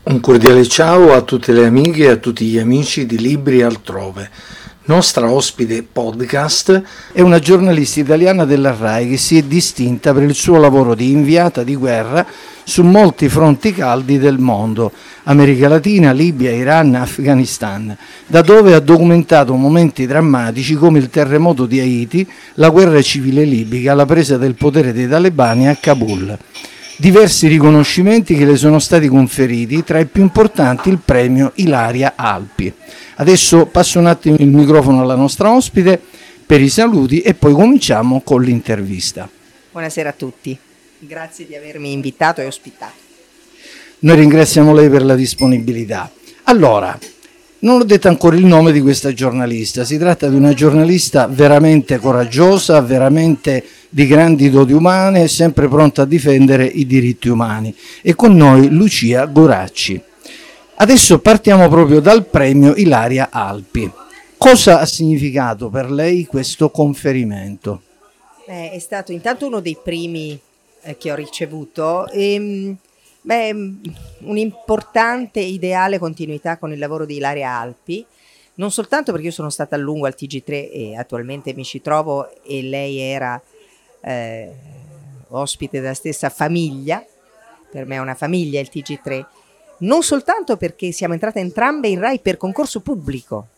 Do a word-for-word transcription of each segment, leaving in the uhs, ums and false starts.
Un cordiale ciao a tutte le amiche e a tutti gli amici di Libri Altrove. Nostra ospite podcast è una giornalista italiana della RAI che si è distinta per il suo lavoro di inviata di guerra su molti fronti caldi del mondo, America Latina, Libia, Iran, Afghanistan, da dove ha documentato momenti drammatici come il terremoto di Haiti, la guerra civile libica, la presa del potere dei talebani a Kabul. Diversi riconoscimenti che le sono stati conferiti, tra i più importanti il premio Ilaria Alpi. Adesso passo un attimo il microfono alla nostra ospite per i saluti e poi cominciamo con l'intervista. Buonasera a tutti, grazie di avermi invitato e ospitato. Noi ringraziamo lei per la disponibilità. Allora, non ho detto ancora il nome di questa giornalista, si tratta di una giornalista veramente coraggiosa, veramente di grandi doti umane, sempre pronta a difendere i diritti umani. E con noi Lucia Goracci. Adesso partiamo proprio dal premio Ilaria Alpi. Cosa ha significato per lei questo conferimento? Eh, è stato intanto uno dei primi eh, che ho ricevuto e beh, un'importante ideale continuità con il lavoro di Ilaria Alpi, non soltanto perché io sono stata a lungo al T G tre e attualmente mi ci trovo e lei era eh, ospite della stessa famiglia, per me è una famiglia il T G tre, non soltanto perché siamo entrate entrambe in RAI per concorso pubblico,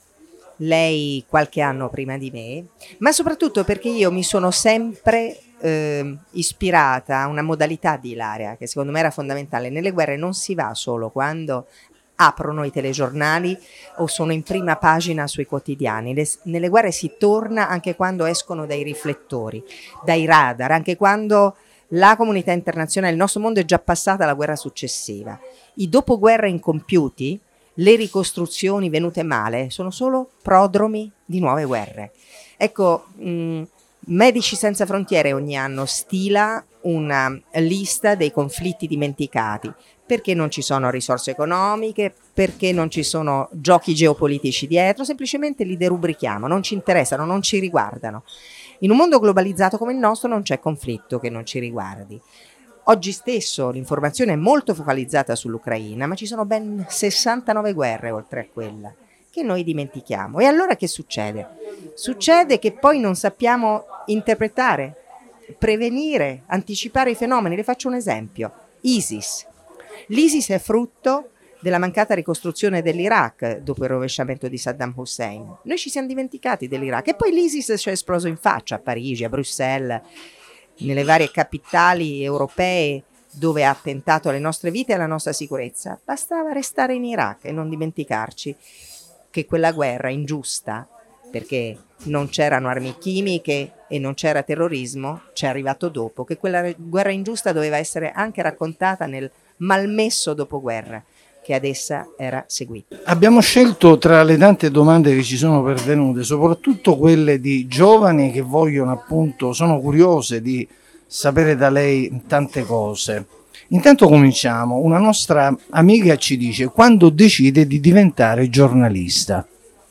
lei qualche anno prima di me, ma soprattutto perché io mi sono sempre eh, ispirata a una modalità di Ilaria che secondo me era fondamentale. Nelle guerre non si va solo quando aprono i telegiornali o sono in prima pagina sui quotidiani, Le, nelle guerre si torna anche quando escono dai riflettori, dai radar, anche quando la comunità internazionale, il nostro mondo è già passata alla guerra successiva. I dopoguerra incompiuti, le ricostruzioni venute male, sono solo prodromi di nuove guerre. Ecco, mh, Medici Senza Frontiere ogni anno stila una lista dei conflitti dimenticati, perché non ci sono risorse economiche, perché non ci sono giochi geopolitici dietro, semplicemente li derubrichiamo, non ci interessano, non ci riguardano. In un mondo globalizzato come il nostro non c'è conflitto che non ci riguardi. Oggi stesso l'informazione è molto focalizzata sull'Ucraina, ma ci sono ben sessantanove guerre oltre a quella che noi dimentichiamo. E allora che succede? Succede che poi non sappiamo interpretare, prevenire, anticipare i fenomeni. Le faccio un esempio. ISIS. L'ISIS è frutto della mancata ricostruzione dell'Iraq dopo il rovesciamento di Saddam Hussein. Noi ci siamo dimenticati dell'Iraq e poi l'ISIS ci è esploso in faccia a Parigi, a Bruxelles, nelle varie capitali europee dove ha attentato alle nostre vite e alla nostra sicurezza. Bastava restare in Iraq e non dimenticarci che quella guerra ingiusta, perché non c'erano armi chimiche e non c'era terrorismo, ci è arrivato dopo, che quella guerra ingiusta doveva essere anche raccontata nel malmesso dopoguerra che ad essa era seguita. Abbiamo scelto tra le tante domande che ci sono pervenute, soprattutto quelle di giovani che vogliono appunto, sono curiose di sapere da lei tante cose. Intanto cominciamo. Una nostra amica ci dice: quando decide di diventare giornalista?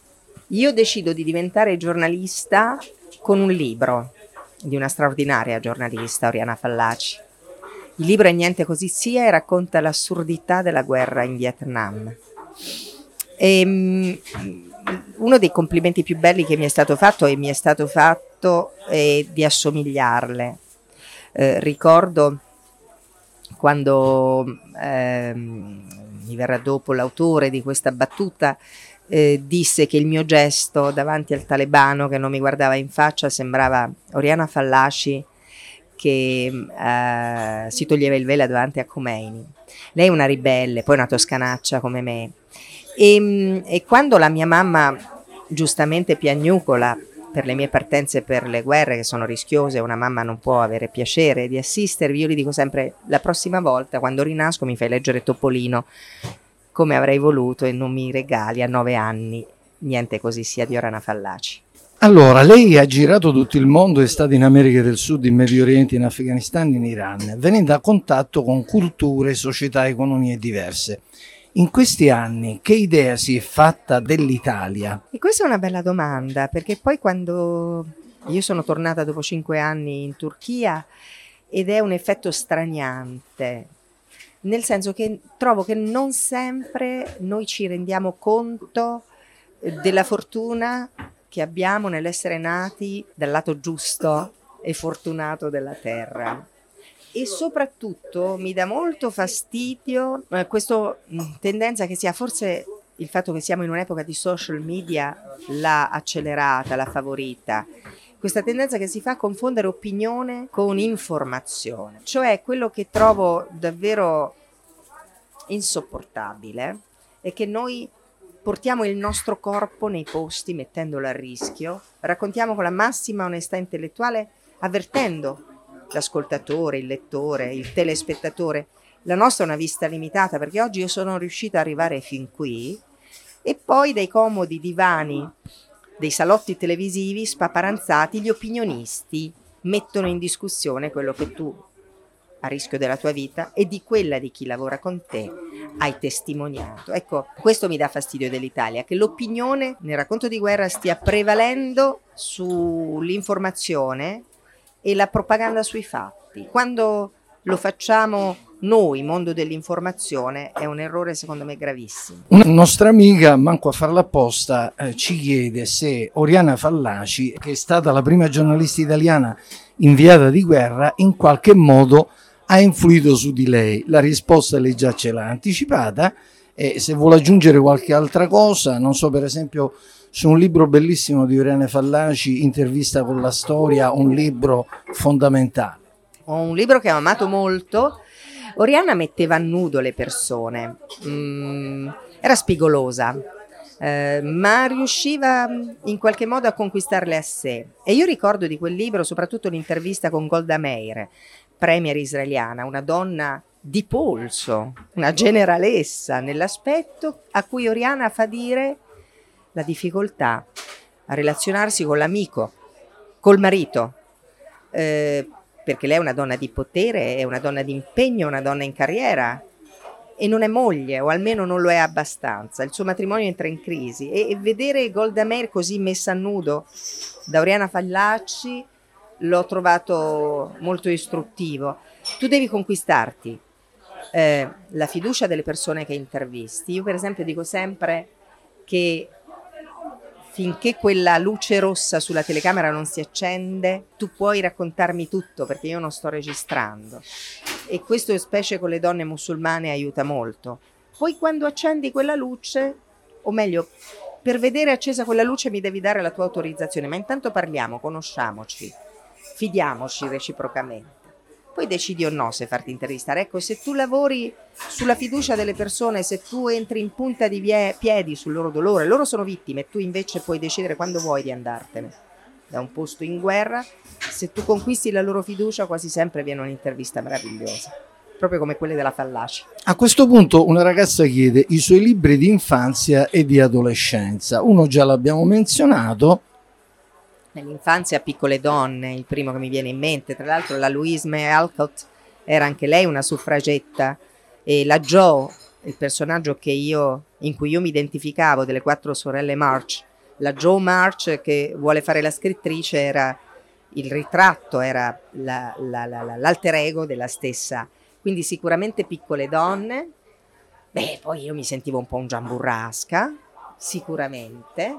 Io decido di diventare giornalista con un libro di una straordinaria giornalista, Oriana Fallaci. Il libro è Niente così sia e racconta l'assurdità della guerra in Vietnam. E, um, uno dei complimenti più belli che mi è stato fatto e mi è stato fatto è di assomigliarle. Eh, ricordo quando eh, mi verrà dopo l'autore di questa battuta eh, disse che il mio gesto davanti al talebano che non mi guardava in faccia sembrava Oriana Fallaci che eh, si toglieva il velo davanti a Khomeini. Lei è una ribelle, poi una toscanaccia come me. E, e quando la mia mamma, giustamente piagnucola per le mie partenze per le guerre che sono rischiose, una mamma non può avere piacere di assistervi, io gli dico sempre: la prossima volta quando rinasco mi fai leggere Topolino come avrei voluto e non mi regali a nove anni Niente così sia di Oriana Fallaci. Allora, lei ha girato tutto il mondo, è stata in America del Sud, in Medio Oriente, in Afghanistan, in Iran, venendo a contatto con culture, società, economie diverse. In questi anni che idea si è fatta dell'Italia? E questa è una bella domanda, perché poi quando io sono tornata dopo cinque anni in Turchia ed è un effetto straniante, nel senso che trovo che non sempre noi ci rendiamo conto della fortuna che abbiamo nell'essere nati dal lato giusto e fortunato della terra. E soprattutto mi dà molto fastidio eh, questa tendenza che sia, forse il fatto che siamo in un'epoca di social media l'ha accelerata, l'ha favorita, questa tendenza che si fa a confondere opinione con informazione. Cioè, quello che trovo davvero insopportabile è che noi portiamo il nostro corpo nei posti mettendolo a rischio, raccontiamo con la massima onestà intellettuale, avvertendo l'ascoltatore, il lettore, il telespettatore. La nostra è una vista limitata, perché oggi io sono riuscita ad arrivare fin qui, e poi dai comodi divani dei salotti televisivi spaparanzati gli opinionisti mettono in discussione quello che tu, a rischio della tua vita e di quella di chi lavora con te, hai testimoniato. Ecco, questo mi dà fastidio dell'Italia, che l'opinione nel racconto di guerra stia prevalendo sull'informazione e la propaganda sui fatti. Quando lo facciamo noi, mondo dell'informazione, è un errore secondo me gravissimo. Una nostra amica, manco a farla apposta, eh, ci chiede se Oriana Fallaci, che è stata la prima giornalista italiana inviata di guerra, in qualche modo ha influito su di lei. La risposta lei già ce l'ha anticipata, e se vuole aggiungere qualche altra cosa, non so, per esempio su un libro bellissimo di Oriana Fallaci, Intervista con la storia, un libro fondamentale. Ho un libro che ho amato molto. Oriana metteva a nudo le persone, mm, era spigolosa, eh, ma riusciva in qualche modo a conquistarle a sé. E io ricordo di quel libro soprattutto l'intervista con Golda Meir, premier israeliana, una donna di polso, una generalessa nell'aspetto, a cui Oriana fa dire la difficoltà a relazionarsi con l'amico, col marito, eh, perché lei è una donna di potere, è una donna di impegno, una donna in carriera e non è moglie, o almeno non lo è abbastanza. Il suo matrimonio entra in crisi e, e vedere Golda Meir così messa a nudo da Oriana Fallaci l'ho trovato molto istruttivo. Tu devi conquistarti eh, la fiducia delle persone che intervisti. Io per esempio dico sempre che finché quella luce rossa sulla telecamera non si accende, tu puoi raccontarmi tutto, perché io non sto registrando. E questo, specie con le donne musulmane, aiuta molto. Poi quando accendi quella luce, o meglio, per vedere accesa quella luce mi devi dare la tua autorizzazione, ma intanto parliamo, conosciamoci, fidiamoci reciprocamente. Poi decidi o no se farti intervistare. Ecco, se tu lavori sulla fiducia delle persone, se tu entri in punta di vie- piedi sul loro dolore, loro sono vittime e tu invece puoi decidere quando vuoi di andartene da un posto in guerra, se tu conquisti la loro fiducia quasi sempre viene un'intervista meravigliosa, proprio come quelle della Fallaci. A questo punto una ragazza chiede i suoi libri di infanzia e di adolescenza. Uno già l'abbiamo menzionato. Nell'infanzia Piccole donne, il primo che mi viene in mente. Tra l'altro la Louise May Alcott era anche lei una suffragetta, e la Jo, il personaggio che io, in cui io mi identificavo, delle quattro sorelle March, la Jo March che vuole fare la scrittrice, era il ritratto, era la, la, la, la, l'alter ego della stessa. Quindi sicuramente Piccole donne. Beh, poi io mi sentivo un po' un Giamburrasca, sicuramente.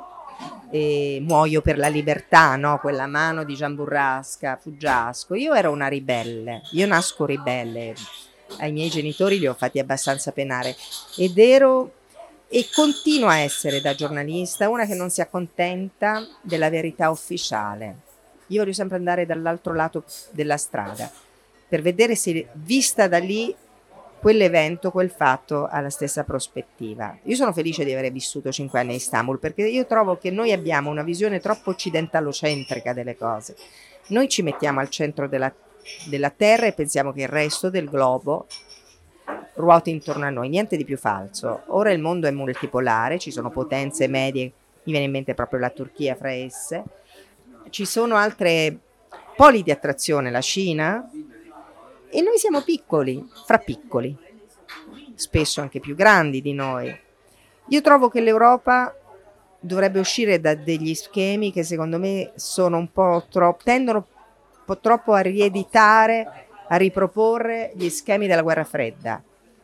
E Muoio per la libertà, no? Quella mano di Giamburrasca, Fuggiasco. Io ero una ribelle, io nasco ribelle, ai miei genitori li ho fatti abbastanza penare ed ero e continuo a essere da giornalista una che non si accontenta della verità ufficiale. Io voglio sempre andare dall'altro lato della strada per vedere se, vista da lì, quell'evento, quel fatto ha la stessa prospettiva. Io sono felice di aver vissuto cinque anni a Istanbul, perché io trovo che noi abbiamo una visione troppo occidentalocentrica delle cose. Noi ci mettiamo al centro della, della terra e pensiamo che il resto del globo ruoti intorno a noi, niente di più falso. Ora il mondo è multipolare, ci sono potenze medie, mi viene in mente proprio la Turchia fra esse, ci sono altre poli di attrazione, la Cina, e noi siamo piccoli, fra piccoli, spesso anche più grandi di noi. Io trovo che l'Europa dovrebbe uscire da degli schemi che secondo me sono un po' troppo, tendono un po' troppo a rieditare, a riproporre gli schemi della guerra fredda.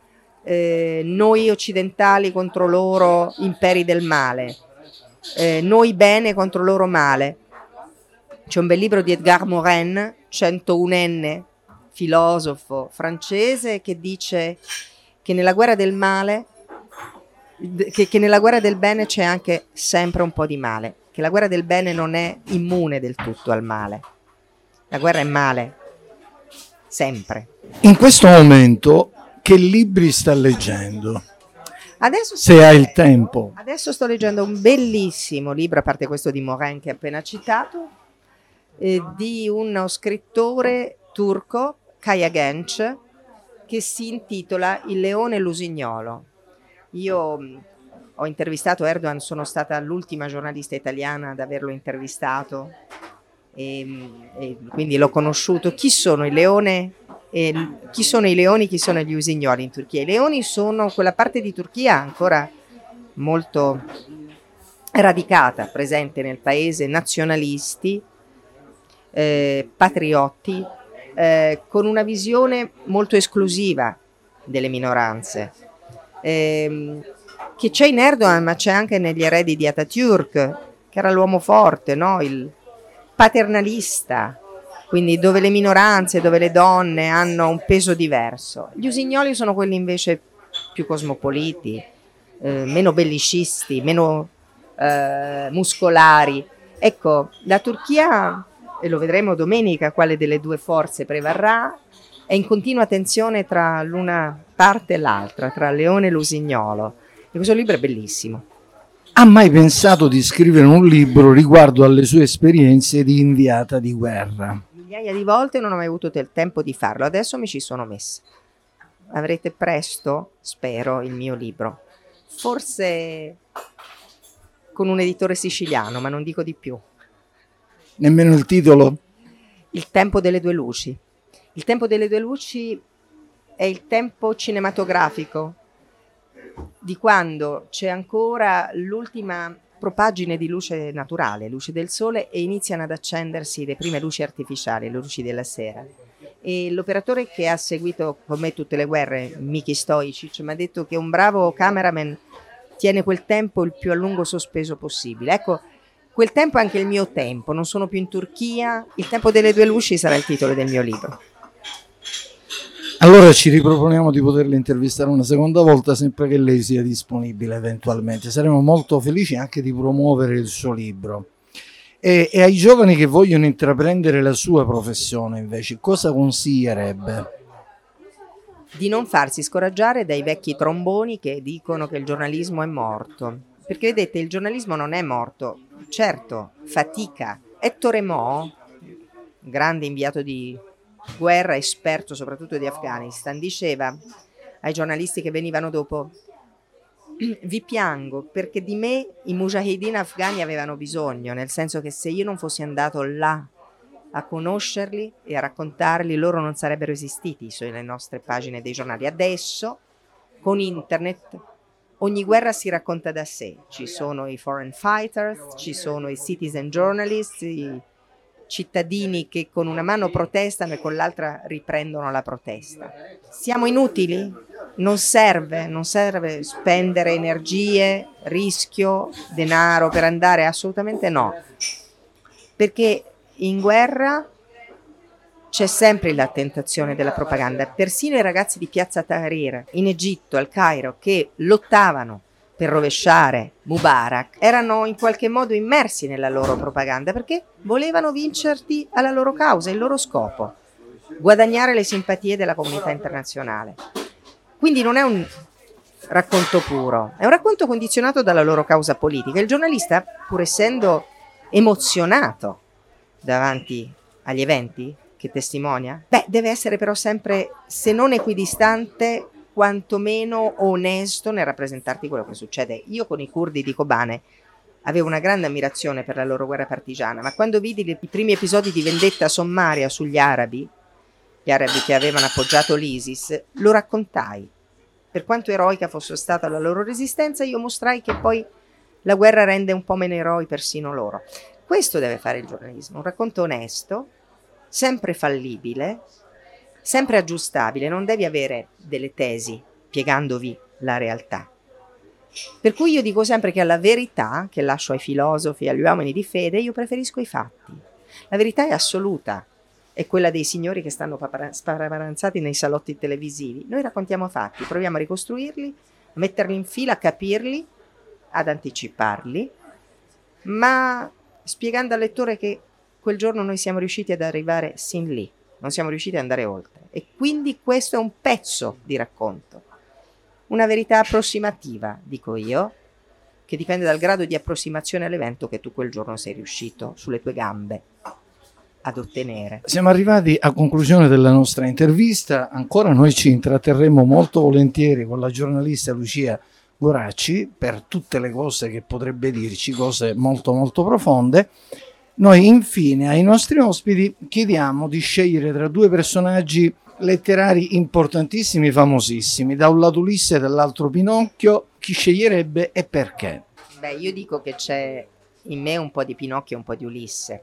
eh, noi occidentali contro loro imperi del male, eh, noi bene contro loro male. C'è un bel libro di Edgar Morin, centounenne filosofo francese, che dice che nella guerra del male, che, che nella guerra del bene c'è anche sempre un po' di male, che la guerra del bene non è immune del tutto al male. La guerra è male, sempre. In questo momento che libri sta leggendo? Adesso Se hai il tempo. Adesso sto leggendo un bellissimo libro, a parte questo di Morin che hai appena citato, eh, di uno scrittore turco, Kaya Genç, che si intitola Il leone lusignolo. Io mh, ho intervistato Erdogan, sono stata l'ultima giornalista italiana ad averlo intervistato e, e quindi l'ho conosciuto. Chi sono i leone? E chi sono i leoni, chi sono gli usignoli in Turchia? I leoni sono quella parte di Turchia ancora molto radicata, presente nel paese, nazionalisti, eh, patriotti, eh, con una visione molto esclusiva delle minoranze, eh, che c'è in Erdogan ma c'è anche negli eredi di Atatürk, che era l'uomo forte, no? Il paternalista, quindi dove le minoranze, dove le donne hanno un peso diverso. Gli usignoli sono quelli invece più cosmopoliti, eh, meno bellicisti, meno eh, muscolari. Ecco, la Turchia, e lo vedremo domenica quale delle due forze prevarrà, è in continua tensione tra l'una parte e l'altra, tra il leone e l'usignolo. E questo libro è bellissimo. Ha mai pensato di scrivere un libro riguardo alle sue esperienze di inviata di guerra? Migliaia di volte, non ho mai avuto il tempo di farlo, adesso mi ci sono messa. Avrete presto, spero, il mio libro, forse con un editore siciliano, ma non dico di più. Nemmeno il titolo? Il tempo delle due luci. Il tempo delle due luci è il tempo cinematografico di quando c'è ancora l'ultima propaggine di luce naturale, luce del sole, e iniziano ad accendersi le prime luci artificiali, le luci della sera. E l'operatore che ha seguito con me tutte le guerre, Miki Stojicic, mi ha detto che un bravo cameraman tiene quel tempo il più a lungo sospeso possibile. Ecco, quel tempo è anche il mio tempo, non sono più in Turchia. Il tempo delle due luci sarà il titolo del mio libro. Allora ci riproponiamo di poterla intervistare una seconda volta, sempre che lei sia disponibile eventualmente. Saremo molto felici anche di promuovere il suo libro. E, e ai giovani che vogliono intraprendere la sua professione, invece, cosa consiglierebbe? Di non farsi scoraggiare dai vecchi tromboni che dicono che il giornalismo è morto. Perché vedete, il giornalismo non è morto, certo, fatica. Ettore Mo, grande inviato di guerra, esperto soprattutto di Afghanistan, diceva ai giornalisti che venivano dopo: vi piango perché di me i mujahideen afghani avevano bisogno, nel senso che se io non fossi andato là a conoscerli e a raccontarli, loro non sarebbero esistiti sulle nostre pagine dei giornali. Adesso con internet ogni guerra si racconta da sé, ci sono i foreign fighters, ci sono i citizen journalists, i cittadini che con una mano protestano e con l'altra riprendono la protesta. Siamo inutili? Non serve, non serve spendere energie, rischio, denaro per andare? Assolutamente no. Perché in guerra c'è sempre la tentazione della propaganda. Persino i ragazzi di Piazza Tahrir in Egitto, al Cairo, che lottavano per rovesciare Mubarak, erano in qualche modo immersi nella loro propaganda perché volevano vincerti alla loro causa, il loro scopo, guadagnare le simpatie della comunità internazionale. Quindi non è un racconto puro, è un racconto condizionato dalla loro causa politica. Il giornalista, pur essendo emozionato davanti agli eventi che testimonia, beh, deve essere però sempre, se non equidistante, quantomeno onesto nel rappresentarti quello che succede. Io con i curdi di Kobane avevo una grande ammirazione per la loro guerra partigiana, ma quando vidi le, i primi episodi di vendetta sommaria sugli arabi, gli arabi che avevano appoggiato l'ISIS, lo raccontai. Per quanto eroica fosse stata la loro resistenza, io mostrai che poi la guerra rende un po' meno eroi persino loro. Questo deve fare il giornalismo, un racconto onesto, sempre fallibile, sempre aggiustabile. Non devi avere delle tesi spiegandovi la realtà. Per cui io dico sempre che alla verità, che lascio ai filosofi e agli uomini di fede, io preferisco i fatti. La verità è assoluta, è quella dei signori che stanno sparavanzati nei salotti televisivi. Noi raccontiamo fatti, proviamo a ricostruirli, a metterli in fila, a capirli, ad anticiparli, ma spiegando al lettore che quel giorno noi siamo riusciti ad arrivare sin lì, non siamo riusciti ad andare oltre. E quindi questo è un pezzo di racconto, una verità approssimativa, dico io, che dipende dal grado di approssimazione all'evento che tu quel giorno sei riuscito sulle tue gambe ad ottenere. Siamo arrivati a conclusione della nostra intervista. Ancora noi ci intratterremo molto volentieri con la giornalista Lucia Goracci per tutte le cose che potrebbe dirci, cose molto molto profonde. Noi infine ai nostri ospiti chiediamo di scegliere tra due personaggi letterari importantissimi, famosissimi, da un lato Ulisse e dall'altro Pinocchio. Chi sceglierebbe e perché? Beh, io dico che c'è in me un po' di Pinocchio e un po' di Ulisse,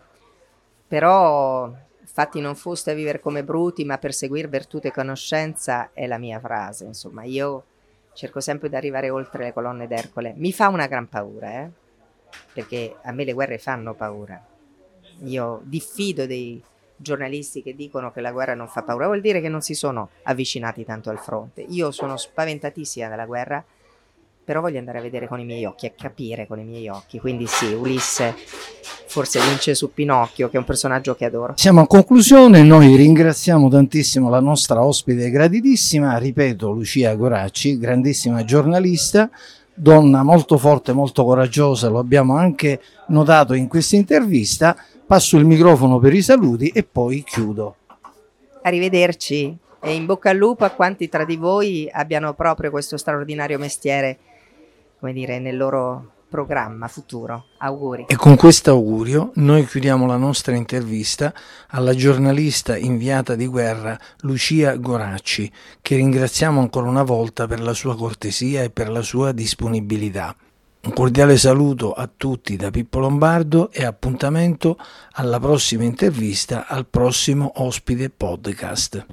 però fatti non foste a vivere come bruti, ma perseguir virtù e conoscenza è la mia frase. Insomma, io cerco sempre di arrivare oltre le colonne d'Ercole. Mi fa una gran paura, eh? Perché a me le guerre fanno paura. Io diffido dei giornalisti che dicono che la guerra non fa paura, vuol dire che non si sono avvicinati tanto al fronte. Io sono spaventatissima dalla guerra, però voglio andare a vedere con i miei occhi, a capire con i miei occhi. Quindi sì, Ulisse forse vince su Pinocchio, che è un personaggio che adoro. Siamo a conclusione, noi ringraziamo tantissimo la nostra ospite graditissima, ripeto, Lucia Goracci, grandissima giornalista, donna molto forte, molto coraggiosa, lo abbiamo anche notato in questa intervista. Passo il microfono per i saluti e poi chiudo. Arrivederci e in bocca al lupo a quanti tra di voi abbiano proprio questo straordinario mestiere, come dire, nel loro programma futuro. Auguri. E con questo augurio noi chiudiamo la nostra intervista alla giornalista inviata di guerra Lucia Goracci, che ringraziamo ancora una volta per la sua cortesia e per la sua disponibilità. Un cordiale saluto a tutti da Pippo Lombardo e appuntamento alla prossima intervista al prossimo ospite podcast.